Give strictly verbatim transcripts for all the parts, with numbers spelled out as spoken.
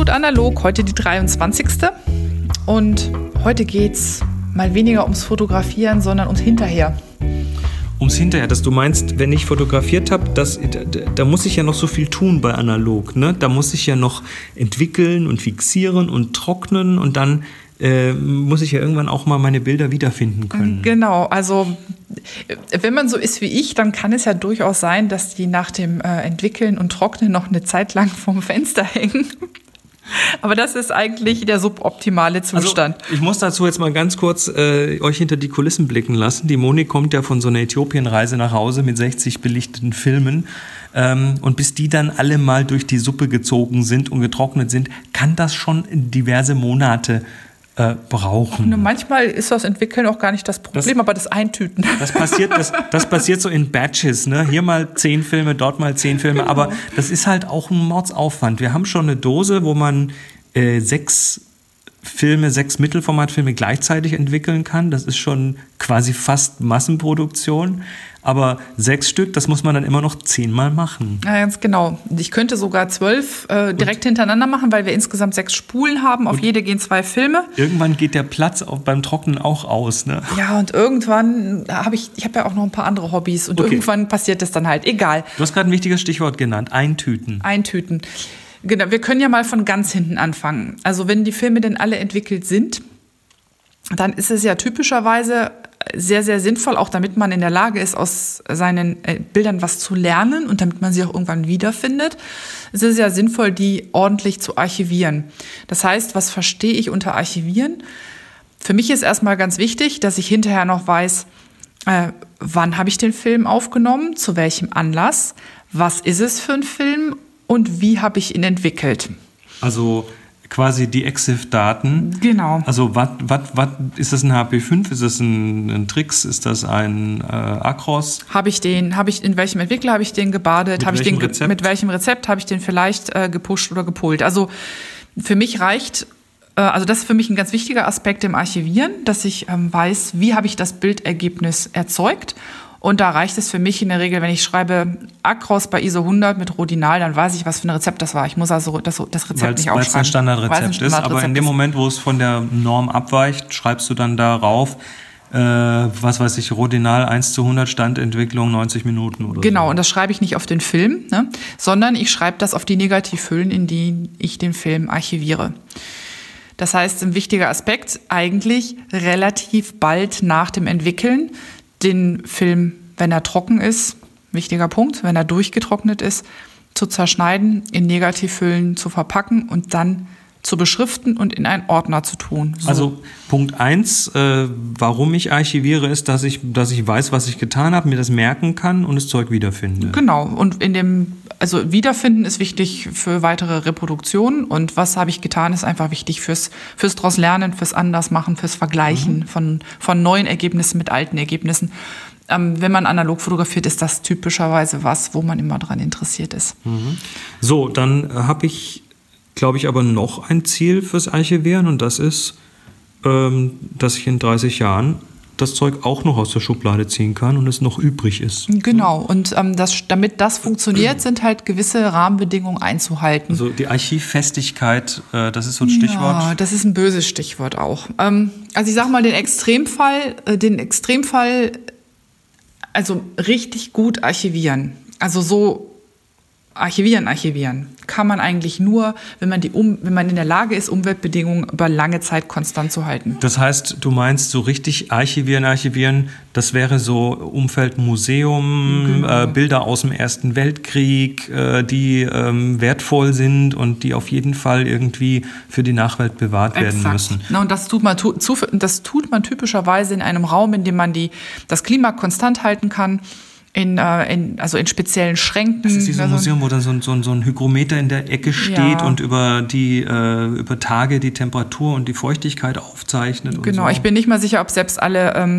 Gut analog, heute die dreiundzwanzigste Und heute geht's mal weniger ums Fotografieren, sondern ums Hinterher. Ums Hinterher, dass du meinst, wenn ich fotografiert habe, da, da muss ich ja noch so viel tun bei analog. Ne? Da muss ich ja noch entwickeln und fixieren und trocknen und dann äh, muss ich ja irgendwann auch mal meine Bilder wiederfinden können. Genau, also wenn man so ist wie ich, dann kann es ja durchaus sein, dass die nach dem äh, Entwickeln und Trocknen noch eine Zeit lang vom Fenster hängen. Aber das ist eigentlich der suboptimale Zustand. Also, ich muss dazu jetzt mal ganz kurz äh, euch hinter die Kulissen blicken lassen. Die Moni kommt ja von so einer Äthiopienreise nach Hause mit sechzig belichteten Filmen. Ähm, und bis die dann alle mal durch die Suppe gezogen sind und getrocknet sind, kann das schon diverse Monate äh, brauchen. Und manchmal ist das Entwickeln auch gar nicht das Problem, das, aber das Eintüten. Das passiert, das, das passiert so in Batches, ne? Hier mal zehn Filme, dort mal zehn Filme, genau. Aber das ist halt auch ein Mordsaufwand. Wir haben schon eine Dose, wo man äh, sechs Filme, sechs Mittelformatfilme gleichzeitig entwickeln kann. Das ist schon quasi fast Massenproduktion. Aber sechs Stück, das muss man dann immer noch zehnmal machen. Ja, ganz genau. Ich könnte sogar zwölf äh, direkt und hintereinander machen, weil wir insgesamt sechs Spulen haben. Auf jede gehen zwei Filme. Irgendwann geht der Platz auch beim Trocknen auch aus, ne? Ja, und irgendwann habe ich, ich habe ja auch noch ein paar andere Hobbys. Und okay. Irgendwann passiert das dann halt. Egal. Du hast gerade ein wichtiges Stichwort genannt. Eintüten. Eintüten. Genau, wir können ja mal von ganz hinten anfangen. Also wenn die Filme denn alle entwickelt sind, dann ist es ja typischerweise sehr, sehr sinnvoll, auch damit man in der Lage ist, aus seinen äh, Bildern was zu lernen und damit man sie auch irgendwann wiederfindet. Es ist ja sinnvoll, die ordentlich zu archivieren. Das heißt, was verstehe ich unter Archivieren? Für mich ist erstmal ganz wichtig, dass ich hinterher noch weiß, äh, wann habe ich den Film aufgenommen, zu welchem Anlass, was ist es für ein Film und wie habe ich ihn entwickelt. Also quasi die EXIF-Daten. Genau. Also was ist das ein H P fünf? Ist das ein, ein Trix? Ist das ein äh, Acros? Habe ich den, habe ich in welchem Entwickler habe ich den gebadet? Mit ich den Rezept? Mit welchem Rezept habe ich den vielleicht äh, gepusht oder gepult? Also für mich reicht, äh, also das ist für mich ein ganz wichtiger Aspekt im Archivieren, dass ich ähm, weiß, wie habe ich das Bildergebnis erzeugt. Und da reicht es für mich in der Regel, wenn ich schreibe Acros bei I S O hundert mit Rodinal, dann weiß ich, was für ein Rezept das war. Ich muss also das, das Rezept weil's, nicht aufschreiben. Weil es ein Standardrezept ist, aber in dem Moment, wo es von der Norm abweicht, schreibst du dann darauf, äh, was weiß ich, Rodinal eins zu hundert Standentwicklung neunzig Minuten oder Genau, so. Und das schreibe ich nicht auf den Film, ne, sondern ich schreibe das auf die Negativhüllen, in die ich den Film archiviere. Das heißt, ein wichtiger Aspekt, eigentlich relativ bald nach dem Entwickeln, den Film, wenn er trocken ist, wichtiger Punkt, wenn er durchgetrocknet ist, zu zerschneiden, in Negativhüllen zu verpacken und dann zu beschriften und in einen Ordner zu tun. So. Also Punkt eins, äh, warum ich archiviere, ist, dass ich, dass ich weiß, was ich getan habe, mir das merken kann und das Zeug wiederfinde. Genau, und in dem, also wiederfinden ist wichtig für weitere Reproduktionen und was habe ich getan, ist einfach wichtig fürs, fürs draus Lernen, fürs Andersmachen, fürs Vergleichen mhm. von, von neuen Ergebnissen mit alten Ergebnissen. Ähm, wenn man analog fotografiert, ist das typischerweise was, wo man immer dran interessiert ist. Mhm. So, dann habe ich, glaube ich, aber noch ein Ziel fürs Archivieren und das ist, ähm, dass ich in dreißig Jahren das Zeug auch noch aus der Schublade ziehen kann und es noch übrig ist. Genau, und ähm, das, damit das funktioniert, sind halt gewisse Rahmenbedingungen einzuhalten. Also die Archivfestigkeit, äh, das ist so ein Stichwort. Ja, das ist ein böses Stichwort auch. Ähm, also ich sage mal, den Extremfall, äh, den Extremfall, also richtig gut archivieren. Also so archivieren, archivieren kann man eigentlich nur, wenn man, die um, wenn man in der Lage ist, Umweltbedingungen über lange Zeit konstant zu halten. Das heißt, du meinst so richtig archivieren, archivieren, das wäre so Umfeld Museum, genau. äh, Bilder aus dem Ersten Weltkrieg, äh, die ähm, wertvoll sind und die auf jeden Fall irgendwie für die Nachwelt bewahrt Exakt. werden müssen. Na, und das tut, man, tu, zu, das tut man typischerweise in einem Raum, in dem man die, das Klima konstant halten kann. In, äh, in, also in speziellen Schränken. Das ist dieses also, Museum, wo dann so ein, so, ein, so ein Hygrometer in der Ecke steht ja. und über, die, äh, über Tage die Temperatur und die Feuchtigkeit aufzeichnet. Genau, und so. Ich bin nicht mal sicher, ob selbst alle, ähm,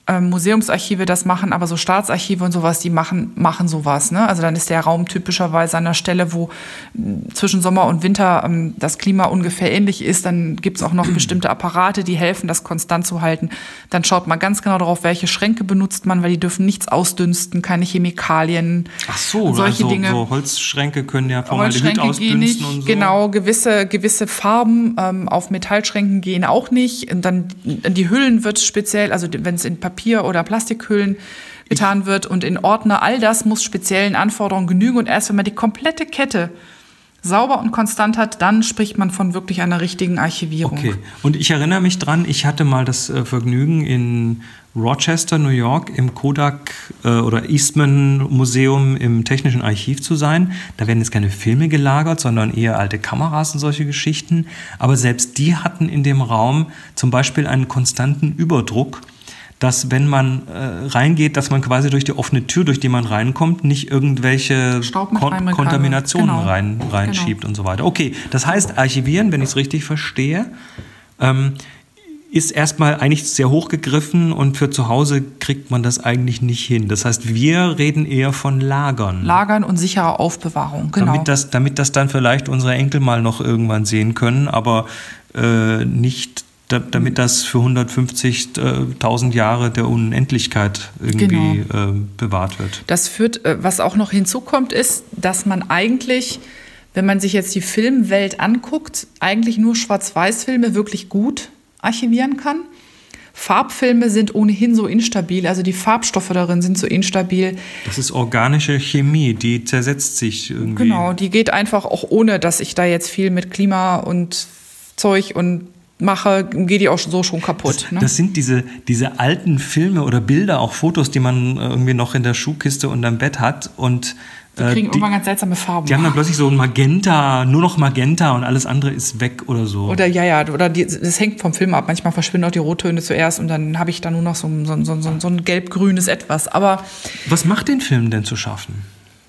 Museumsarchive das machen, aber so Staatsarchive und sowas, die machen, machen sowas. Ne? Also dann ist der Raum typischerweise an einer Stelle, wo zwischen Sommer und Winter ähm, das Klima ungefähr ähnlich ist. Dann gibt es auch noch bestimmte Apparate, die helfen, das konstant zu halten. Dann schaut man ganz genau darauf, welche Schränke benutzt man, weil die dürfen nichts ausdünsten, keine Chemikalien. Ach so, solche also Dinge. So Holzschränke können ja Formaldehyd ausdünsten nicht, und so. Genau, gewisse, gewisse Farben ähm, auf Metallschränken gehen auch nicht. Und dann die Hüllen wird speziell, also wenn es in Papier oder Plastikhüllen getan wird und in Ordner, all das muss speziellen Anforderungen genügen. Und erst wenn man die komplette Kette sauber und konstant hat, dann spricht man von wirklich einer richtigen Archivierung. Okay, und ich erinnere mich dran, ich hatte mal das äh, Vergnügen in Rochester, New York, im Kodak äh, oder Eastman Museum im Technischen Archiv zu sein. Da werden jetzt keine Filme gelagert, sondern eher alte Kameras und solche Geschichten. Aber selbst die hatten in dem Raum zum Beispiel einen konstanten Überdruck, dass wenn man äh, reingeht, dass man quasi durch die offene Tür, durch die man reinkommt, nicht irgendwelche Kon- Kontaminationen genau. rein, reinschiebt genau. und so weiter. Okay, das heißt, Archivieren, wenn ich es richtig verstehe, ähm, ist erstmal eigentlich sehr hochgegriffen und für zu Hause kriegt man das eigentlich nicht hin. Das heißt, wir reden eher von Lagern. Lagern und sicherer Aufbewahrung, genau. Damit das, damit das dann vielleicht unsere Enkel mal noch irgendwann sehen können, aber äh, nicht damit das für hundertfünfzigtausend Jahre der Unendlichkeit irgendwie genau. äh, bewahrt wird. Das führt, was auch noch hinzukommt, ist, dass man eigentlich, wenn man sich jetzt die Filmwelt anguckt, eigentlich nur Schwarz-Weiß-Filme wirklich gut archivieren kann. Farbfilme sind ohnehin so instabil, also die Farbstoffe darin sind so instabil. Das ist organische Chemie, die zersetzt sich irgendwie. Genau, die geht einfach auch ohne, dass ich da jetzt viel mit Klima und Zeug und mache, geht die auch so schon kaputt. Das, ne? das sind diese, diese alten Filme oder Bilder, auch Fotos, die man irgendwie noch in der Schuhkiste unterm Bett hat. Und, die kriegen äh, die, irgendwann ganz seltsame Farben. Die haben dann plötzlich so ein Magenta, nur noch Magenta und alles andere ist weg oder so. Oder ja, ja, oder die, das hängt vom Film ab. Manchmal verschwinden auch die Rottöne zuerst und dann habe ich da nur noch so, so, so, so, so ein gelb-grünes Etwas. Aber was macht den Film denn zu schaffen?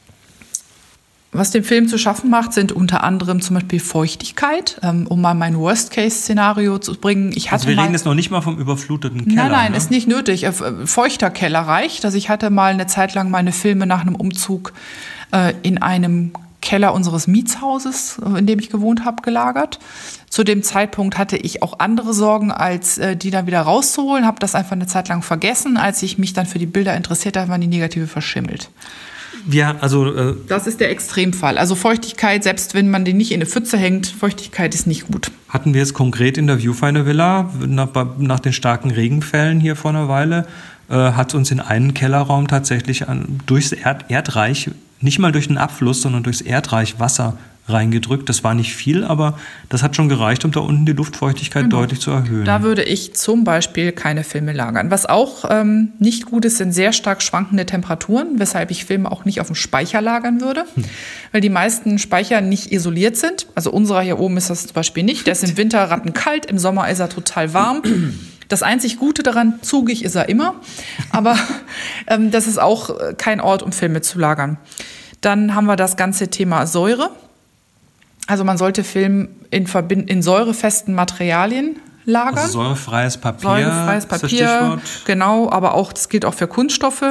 Was dem Film zu schaffen macht, sind unter anderem zum Beispiel Feuchtigkeit, ähm, um mal mein Worst-Case-Szenario zu bringen. Ich hatte also wir mal, reden jetzt noch nicht mal vom überfluteten Keller. Nein, nein, ne? ist nicht nötig. Äh, feuchter Keller reicht. Also ich hatte mal eine Zeit lang meine Filme nach einem Umzug äh, in einem Keller unseres Mietshauses, in dem ich gewohnt habe, gelagert. Zu dem Zeitpunkt hatte ich auch andere Sorgen, als äh, die dann wieder rauszuholen. Habe das einfach eine Zeit lang vergessen. Als ich mich dann für die Bilder interessiert habe, waren die Negative verschimmelt. Ja, also äh das ist der Extremfall. Also Feuchtigkeit, selbst wenn man den nicht in eine Pfütze hängt, Feuchtigkeit ist nicht gut. Hatten wir es konkret in der Viewfinder Villa, nach, nach den starken Regenfällen hier vor einer Weile, äh, hat uns in einen Kellerraum tatsächlich an, durchs Erd- Erdreich, nicht mal durch den Abfluss, sondern durchs Erdreich Wasser reingedrückt. Das war nicht viel, aber das hat schon gereicht, um da unten die Luftfeuchtigkeit genau. deutlich zu erhöhen. Da würde ich zum Beispiel keine Filme lagern. Was auch ähm, nicht gut ist, sind sehr stark schwankende Temperaturen, weshalb ich Filme auch nicht auf dem Speicher lagern würde, hm. weil die meisten Speicher nicht isoliert sind. Also unserer hier oben ist das zum Beispiel nicht. Der ist im Winter rattenkalt, im Sommer ist er total warm. Das einzig Gute daran, zugig ist er immer, aber ähm, das ist auch kein Ort, um Filme zu lagern. Dann haben wir das ganze Thema Säure. Also man sollte Film in, Verbind- in säurefesten Materialien lagern. Also säurefreies Papier. Säurefreies Papier, genau, aber auch, das gilt auch für Kunststoffe.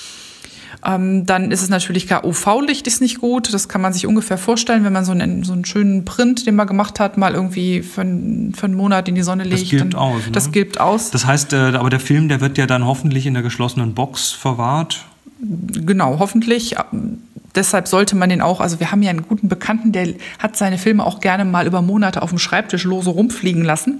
Ähm, dann ist es natürlich klar, U V-Licht ist nicht gut. Das kann man sich ungefähr vorstellen, wenn man so einen, so einen schönen Print, den man gemacht hat, mal irgendwie für einen, für einen Monat in die Sonne legt. Das gibt aus. Ne? Das gibt aus. Das heißt, äh, aber der Film, der wird ja dann hoffentlich in der geschlossenen Box verwahrt. Genau, hoffentlich. Deshalb sollte man den auch, also wir haben ja einen guten Bekannten, der hat seine Filme auch gerne mal über Monate auf dem Schreibtisch lose rumfliegen lassen.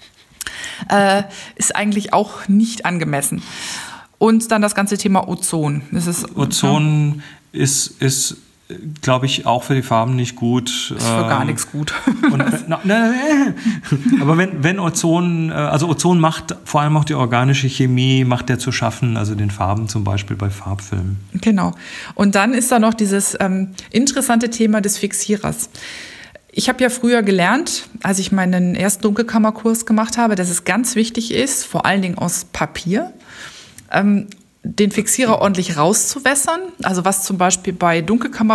Äh, ist eigentlich auch nicht angemessen. Und dann das ganze Thema Ozon. Das ist, Ozon ja. ist, ist glaube ich, auch für die Farben nicht gut. Ist für ähm, gar nichts gut. Und, na, na, na, aber wenn, wenn Ozon, also Ozon macht vor allem auch die organische Chemie, macht der zu schaffen, also den Farben zum Beispiel bei Farbfilmen. Genau. Und dann ist da noch dieses ähm, interessante Thema des Fixierers. Ich habe ja früher gelernt, als ich meinen ersten Dunkelkammerkurs gemacht habe, dass es ganz wichtig ist, vor allen Dingen aus Papier, ähm, den Fixierer ordentlich rauszuwässern. Also was zum Beispiel bei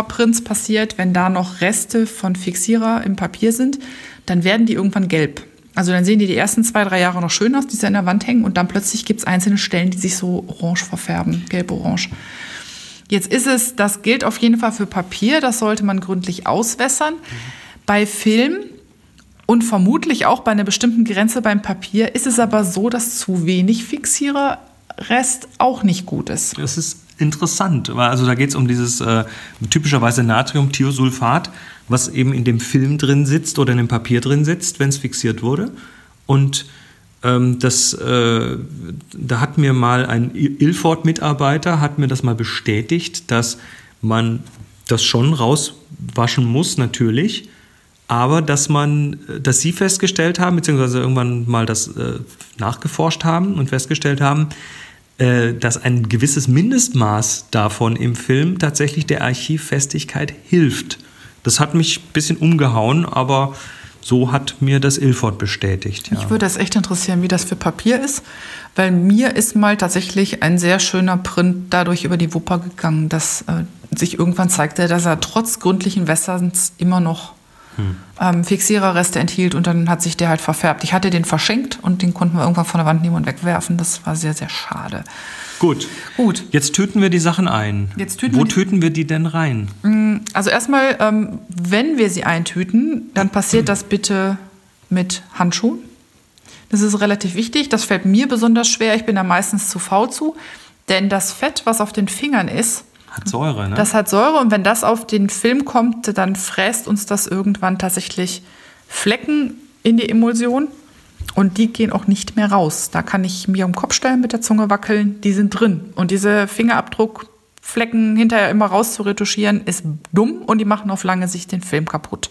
Dunkelkammerprints passiert, wenn da noch Reste von Fixierer im Papier sind, dann werden die irgendwann gelb. Also dann sehen die die ersten zwei, drei Jahre noch schön aus, die sie an der Wand hängen und dann plötzlich gibt es einzelne Stellen, die sich so orange verfärben, gelb-orange. Jetzt ist es, das gilt auf jeden Fall für Papier, das sollte man gründlich auswässern. Mhm. Bei Film und vermutlich auch bei einer bestimmten Grenze beim Papier ist es aber so, dass zu wenig Fixiererrest auch nicht gut ist. Das ist interessant, weil also da geht es um dieses äh, typischerweise Natriumthiosulfat, was eben in dem Film drin sitzt oder in dem Papier drin sitzt, wenn es fixiert wurde. Und ähm, das, äh, da hat mir mal ein Ilford-Mitarbeiter hat mir das mal bestätigt, dass man das schon rauswaschen muss, natürlich, aber dass man, dass sie festgestellt haben, beziehungsweise irgendwann mal das äh, nachgeforscht haben und festgestellt haben, äh, dass ein gewisses Mindestmaß davon im Film tatsächlich der Archivfestigkeit hilft. Das hat mich ein bisschen umgehauen, aber so hat mir das Ilford bestätigt. Ja. Mich würde das echt interessieren, wie das für Papier ist, weil mir ist mal tatsächlich ein sehr schöner Print dadurch über die Wupper gegangen, dass äh, sich irgendwann zeigte, dass er trotz gründlichen Wässerns immer noch hm. ähm, Fixiererreste enthielt und dann hat sich der halt verfärbt. Ich hatte den verschenkt und den konnten wir irgendwann von der Wand nehmen und wegwerfen. Das war sehr, sehr schade. Gut. Gut. Jetzt tüten wir die Sachen ein. Jetzt tüten Wo wir die, tüten wir die denn rein? Also erstmal, ähm, wenn wir sie eintüten, dann passiert das bitte mit Handschuhen. Das ist relativ wichtig. Das fällt mir besonders schwer. Ich bin da meistens zu faul zu. Denn das Fett, was auf den Fingern ist, hat Säure, ne? Das hat Säure. Und wenn das auf den Film kommt, dann fräst uns das irgendwann tatsächlich Flecken in die Emulsion. Und die gehen auch nicht mehr raus. Da kann ich mir um den Kopf stellen, mit der Zunge wackeln, die sind drin. Und diese Fingerabdruckflecken hinterher immer raus zu retuschieren, ist dumm und die machen auf lange Sicht den Film kaputt.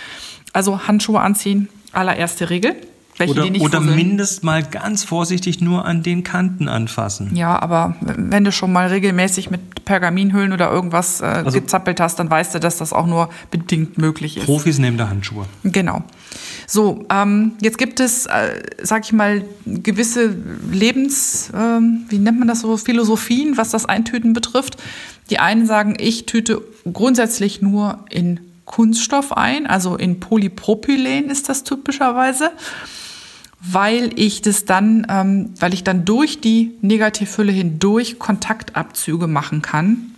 Also Handschuhe anziehen, allererste Regel. Welche oder die nicht oder fusseln. Mindest mal ganz vorsichtig nur an den Kanten anfassen. Ja, aber wenn du schon mal regelmäßig mit Pergaminhüllen oder irgendwas äh, also gezappelt hast, dann weißt du, dass das auch nur bedingt möglich ist. Profis nehmen da Handschuhe. Genau. So, ähm, jetzt gibt es, äh, sag ich mal, gewisse Lebens, äh, wie nennt man das so, Philosophien, was das Eintüten betrifft. Die einen sagen, ich tüte grundsätzlich nur in Kunststoff ein, also in Polypropylen ist das typischerweise, weil ich das dann, ähm, weil ich dann durch die Negativhülle hindurch Kontaktabzüge machen kann.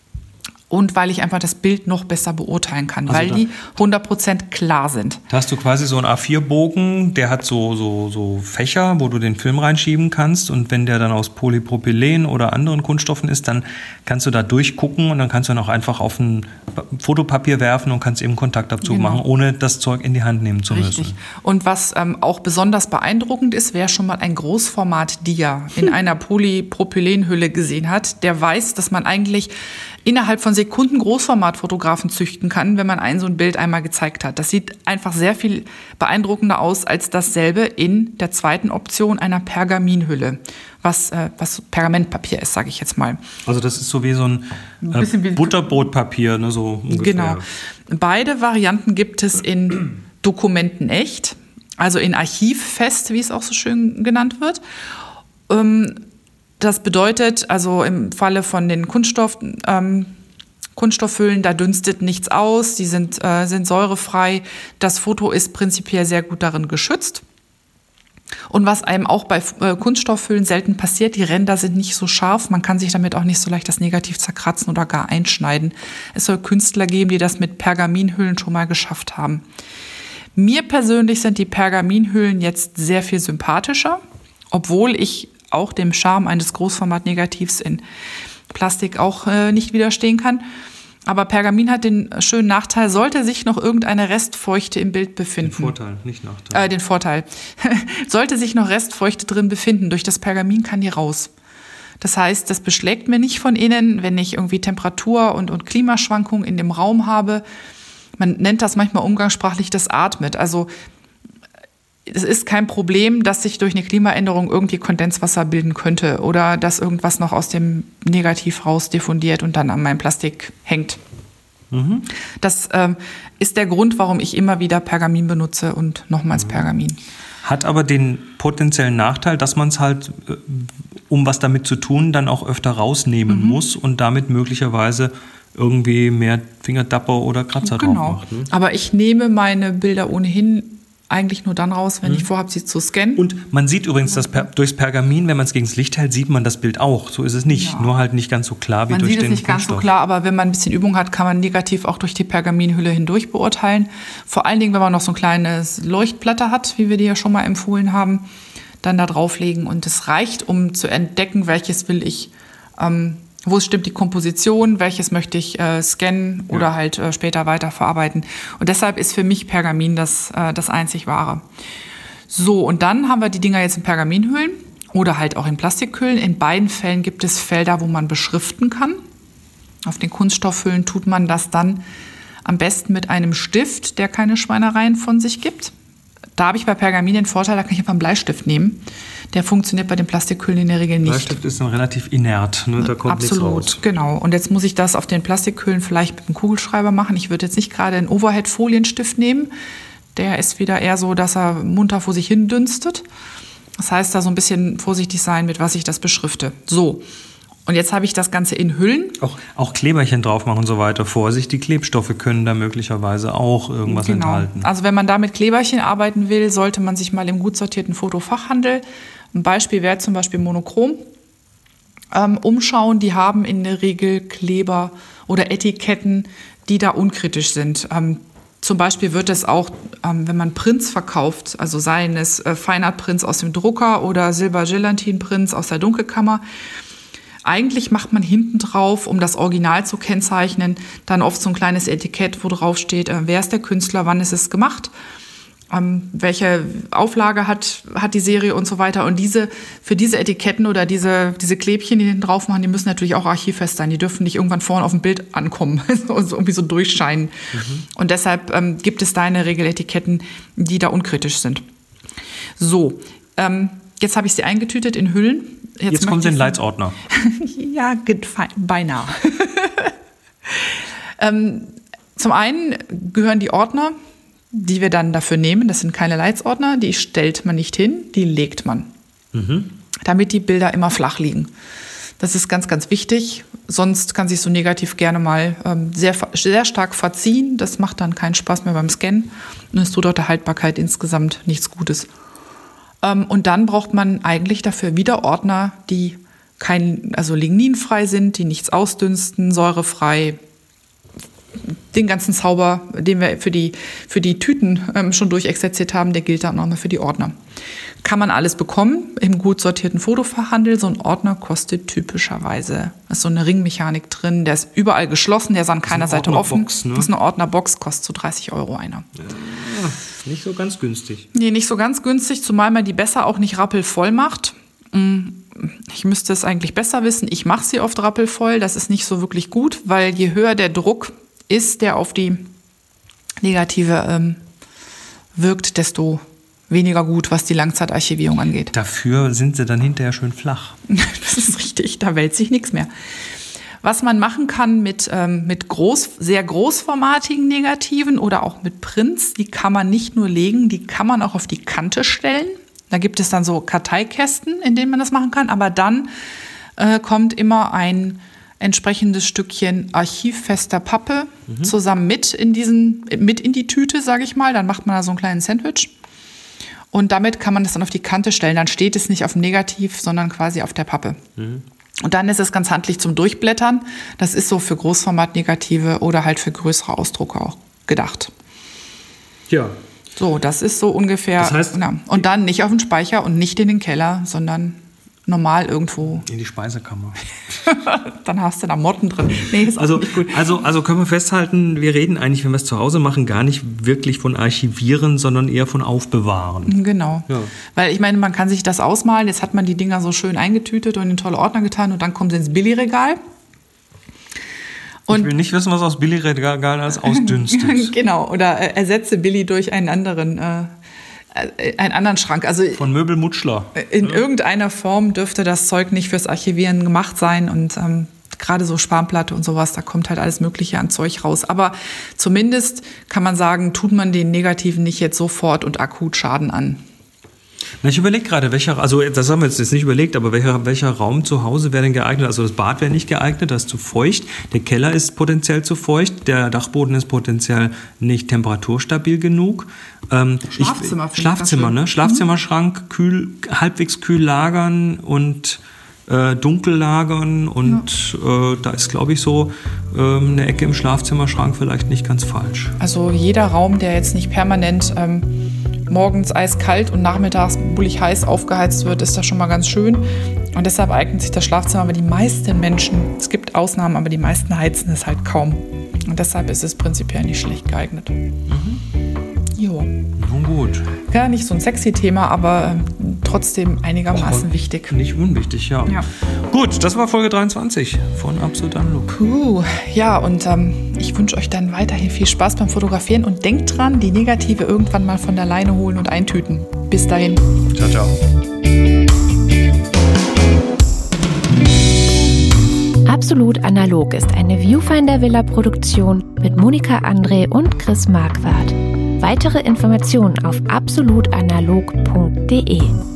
Und weil ich einfach das Bild noch besser beurteilen kann, also weil die hundert Prozent klar sind. Da hast du quasi so einen A vier Bogen, der hat so, so, so Fächer, wo du den Film reinschieben kannst. Und wenn der dann aus Polypropylen oder anderen Kunststoffen ist, dann kannst du da durchgucken und dann kannst du dann auch einfach auf ein Fotopapier werfen und kannst eben Kontaktabzug genau. machen, ohne das Zeug in die Hand nehmen zu Richtig. müssen. Und was ähm, auch besonders beeindruckend ist, wer schon mal ein Großformat-Dia in hm. einer Polypropylenhülle gesehen hat, der weiß, dass man eigentlich innerhalb von Sekunden Großformatfotografen züchten kann, wenn man ein so ein Bild einmal gezeigt hat. Das sieht einfach sehr viel beeindruckender aus als dasselbe in der zweiten Option einer Pergaminhülle, was, äh, was Pergamentpapier ist, sage ich jetzt mal. Also das ist so wie so ein, äh, ein Butterbrotpapier, ne, so ungefähr. Genau. Beide Varianten gibt es in Dokumenten echt, also in Archivfest, wie es auch so schön genannt wird. Ähm, Das bedeutet, also im Falle von den Kunststoff, ähm, Kunststoffhüllen, da dünstet nichts aus, die sind, äh, sind säurefrei. Das Foto ist prinzipiell sehr gut darin geschützt. Und was einem auch bei äh, Kunststoffhüllen selten passiert, die Ränder sind nicht so scharf, man kann sich damit auch nicht so leicht das Negativ zerkratzen oder gar einschneiden. Es soll Künstler geben, die das mit Pergaminhüllen schon mal geschafft haben. Mir persönlich sind die Pergaminhüllen jetzt sehr viel sympathischer, obwohl ich auch dem Charme eines Großformat-Negativs in Plastik auch äh, nicht widerstehen kann. Aber Pergamin hat den schönen Nachteil, sollte sich noch irgendeine Restfeuchte im Bild befinden. Den Vorteil, nicht Nachteil. Äh, den Vorteil. Sollte sich noch Restfeuchte drin befinden, durch das Pergamin kann die raus. Das heißt, das beschlägt mir nicht von innen, wenn ich irgendwie Temperatur- und, und Klimaschwankungen in dem Raum habe. Man nennt das manchmal umgangssprachlich das Atmet. Also es ist kein Problem, dass sich durch eine Klimaänderung irgendwie Kondenswasser bilden könnte oder dass irgendwas noch aus dem Negativ raus diffundiert und dann an meinem Plastik hängt. Mhm. Das ähm, ist der Grund, warum ich immer wieder Pergamin benutze und nochmals mhm. Pergamin. Hat aber den potenziellen Nachteil, dass man es halt, um was damit zu tun, dann auch öfter rausnehmen mhm. muss und damit möglicherweise irgendwie mehr Fingerdapper oder Kratzer genau. drauf macht. Ne? Aber ich nehme meine Bilder ohnehin eigentlich nur dann raus, wenn mhm. ich vorhabe, sie zu scannen. Und man sieht übrigens, dass per, durchs Pergamin, wenn man es gegen das Licht hält, sieht man das Bild auch. So ist es nicht. Ja. Nur halt nicht ganz so klar wie man durch den Man sieht es nicht Kunststoff. ganz so klar, aber wenn man ein bisschen Übung hat, kann man negativ auch durch die Pergaminhülle hindurch beurteilen. Vor allen Dingen, wenn man noch so ein kleines Leuchtblätter hat, wie wir die ja schon mal empfohlen haben, dann da drauflegen. Und es reicht, um zu entdecken, welches will ich, ähm, wo stimmt die Komposition, welches möchte ich äh, scannen oder ja. halt äh, später weiterverarbeiten. Und deshalb ist für mich Pergamin das, äh, das einzig Wahre. So, und dann haben wir die Dinger jetzt in Pergaminhüllen oder halt auch in Plastikhüllen. In beiden Fällen gibt es Felder, wo man beschriften kann. Auf den Kunststoffhüllen tut man das dann am besten mit einem Stift, der keine Schweinereien von sich gibt. Da habe ich bei Pergamin den Vorteil, da kann ich einfach einen Bleistift nehmen. Der funktioniert bei den Plastikhüllen in der Regel nicht. Bleistift ist dann relativ inert, ne? Da kommt Absolut, nichts raus. Genau. Und jetzt muss ich das auf den Plastikhüllen vielleicht mit einem Kugelschreiber machen. Ich würde jetzt nicht gerade einen Overhead-Folienstift nehmen. Der ist wieder eher so, dass er munter vor sich hin dünstet. Das heißt, da so ein bisschen vorsichtig sein, mit was ich das beschrifte. So. Und jetzt habe ich das Ganze in Hüllen. Auch, auch Kleberchen drauf machen und so weiter. Vorsicht, die Klebstoffe können da möglicherweise auch irgendwas genau. enthalten. Also wenn man da mit Kleberchen arbeiten will, sollte man sich mal im gut sortierten Fotofachhandel, ein Beispiel wäre zum Beispiel Monochrom, ähm, umschauen. Die haben in der Regel Kleber oder Etiketten, die da unkritisch sind. Ähm, zum Beispiel wird es auch, ähm, wenn man Prints verkauft, also seien es äh, Feinart-Prints aus dem Drucker oder Silber-Gelatin-Prints aus der Dunkelkammer, eigentlich macht man hinten drauf, um das Original zu kennzeichnen, dann oft so ein kleines Etikett, wo drauf steht, äh, wer ist der Künstler, wann ist es gemacht, ähm, welche Auflage hat, hat die Serie und so weiter. Und diese, für diese Etiketten oder diese, diese Klebchen, die hinten drauf machen, die müssen natürlich auch archivfest sein. Die dürfen nicht irgendwann vorne auf dem Bild ankommen und so irgendwie so durchscheinen. Mhm. Und deshalb ähm, gibt es da in der Regel Etiketten, die da unkritisch sind. So, ähm, jetzt habe ich sie eingetütet in Hüllen. Jetzt, Jetzt kommt ein Leitsordner. Ja, beinahe. ähm, zum einen gehören die Ordner, die wir dann dafür nehmen. Das sind keine Leitsordner, die stellt man nicht hin, die legt man. Mhm. Damit die Bilder immer flach liegen. Das ist ganz, ganz wichtig. Sonst kann sich so negativ gerne mal ähm, sehr, sehr stark verziehen. Das macht dann keinen Spaß mehr beim Scannen. Und es tut auch der Haltbarkeit insgesamt nichts Gutes. Und dann braucht man eigentlich dafür wieder Ordner, die kein, also ligninfrei sind, die nichts ausdünsten, säurefrei. Den ganzen Zauber, den wir für die, für die Tüten ähm, schon durchexerziert haben, der gilt dann auch noch für die Ordner. Kann man alles bekommen im gut sortierten Fotofachhandel. So ein Ordner kostet typischerweise, da ist so eine Ringmechanik drin, der ist überall geschlossen, der ist an keiner Seite offen. Ne? Das ist eine Ordnerbox, kostet so dreißig Euro einer. Ja, nicht so ganz günstig. Nee, nicht so ganz günstig, zumal man die besser auch nicht rappelvoll macht. Ich müsste es eigentlich besser wissen. Ich mache sie oft rappelvoll, das ist nicht so wirklich gut, weil je höher der Druck ist, der auf die Negative ähm, wirkt, desto weniger gut, was die Langzeitarchivierung angeht. Dafür sind sie dann hinterher schön flach. Das ist richtig, da wälzt sich nichts mehr. Was man machen kann mit, ähm, mit groß, sehr großformatigen Negativen oder auch mit Prints, die kann man nicht nur legen, die kann man auch auf die Kante stellen. Da gibt es dann so Karteikästen, in denen man das machen kann, aber dann äh, kommt immer ein entsprechendes Stückchen archivfester Pappe mhm. zusammen mit in diesen, mit in die Tüte, sage ich mal. Dann macht man da so einen kleinen Sandwich. Und damit kann man das dann auf die Kante stellen. Dann steht es nicht auf dem Negativ, sondern quasi auf der Pappe. Mhm. Und dann ist es ganz handlich zum Durchblättern. Das ist so für Großformatnegative oder halt für größere Ausdrucke auch gedacht. Ja. So, das ist so ungefähr. Das heißt, na, und dann nicht auf den Speicher und nicht in den Keller, sondern normal irgendwo. In die Speisekammer. Dann hast du da Motten drin. Nee, ist also, auch nicht gut. Also, also können wir festhalten, wir reden eigentlich, wenn wir es zu Hause machen, gar nicht wirklich von Archivieren, sondern eher von Aufbewahren. Genau. Ja. Weil ich meine, man kann sich das ausmalen, jetzt hat man die Dinger so schön eingetütet und in tolle Ordner getan und dann kommt sie ins Billigregal. Und ich will nicht wissen, was aus Billigregal alles ausdünstet. Genau, oder äh, ersetze Billy durch einen anderen äh, einen anderen Schrank. Also von Möbelmutschler. In ja. irgendeiner Form dürfte das Zeug nicht fürs Archivieren gemacht sein. Und ähm, gerade so Spanplatte und sowas, da kommt halt alles Mögliche an Zeug raus. Aber zumindest kann man sagen, tut man den Negativen nicht jetzt sofort und akut Schaden an. Na, ich überlege gerade, welcher, also das haben wir jetzt nicht überlegt, aber welcher, welcher Raum zu Hause wäre denn geeignet? Also das Bad wäre nicht geeignet, das ist zu feucht. Der Keller ist potenziell zu feucht. Der Dachboden ist potenziell nicht temperaturstabil genug. Ähm, Schlafzimmer. Ich, Schlafzimmer, ne? Schlafzimmerschrank, kühl, halbwegs kühl lagern und äh, dunkel lagern. Und ja. äh, da ist, glaube ich, so äh, eine Ecke im Schlafzimmerschrank vielleicht nicht ganz falsch. Also jeder Raum, der jetzt nicht permanent ähm, morgens eiskalt und nachmittags bullig heiß aufgeheizt wird, ist das schon mal ganz schön. Und deshalb eignet sich das Schlafzimmer, aber die meisten Menschen, es gibt Ausnahmen, aber die meisten heizen es halt kaum. Und deshalb ist es prinzipiell nicht schlecht geeignet. Mhm. Jo. Nun gut. Ja, nicht so ein sexy Thema, aber äh, trotzdem einigermaßen Och, wichtig. Nicht unwichtig, ja. ja. Gut, das war Folge dreiundzwanzig von Absolut Analog. Puh, ja, und ähm, ich wünsche euch dann weiterhin viel Spaß beim Fotografieren und denkt dran, die Negative irgendwann mal von der Leine holen und eintüten. Bis dahin. Ciao, ciao. Absolut Analog ist eine Viewfinder-Villa-Produktion mit Monika André und Chris Marquardt. Weitere Informationen auf absolutanalog punkt de.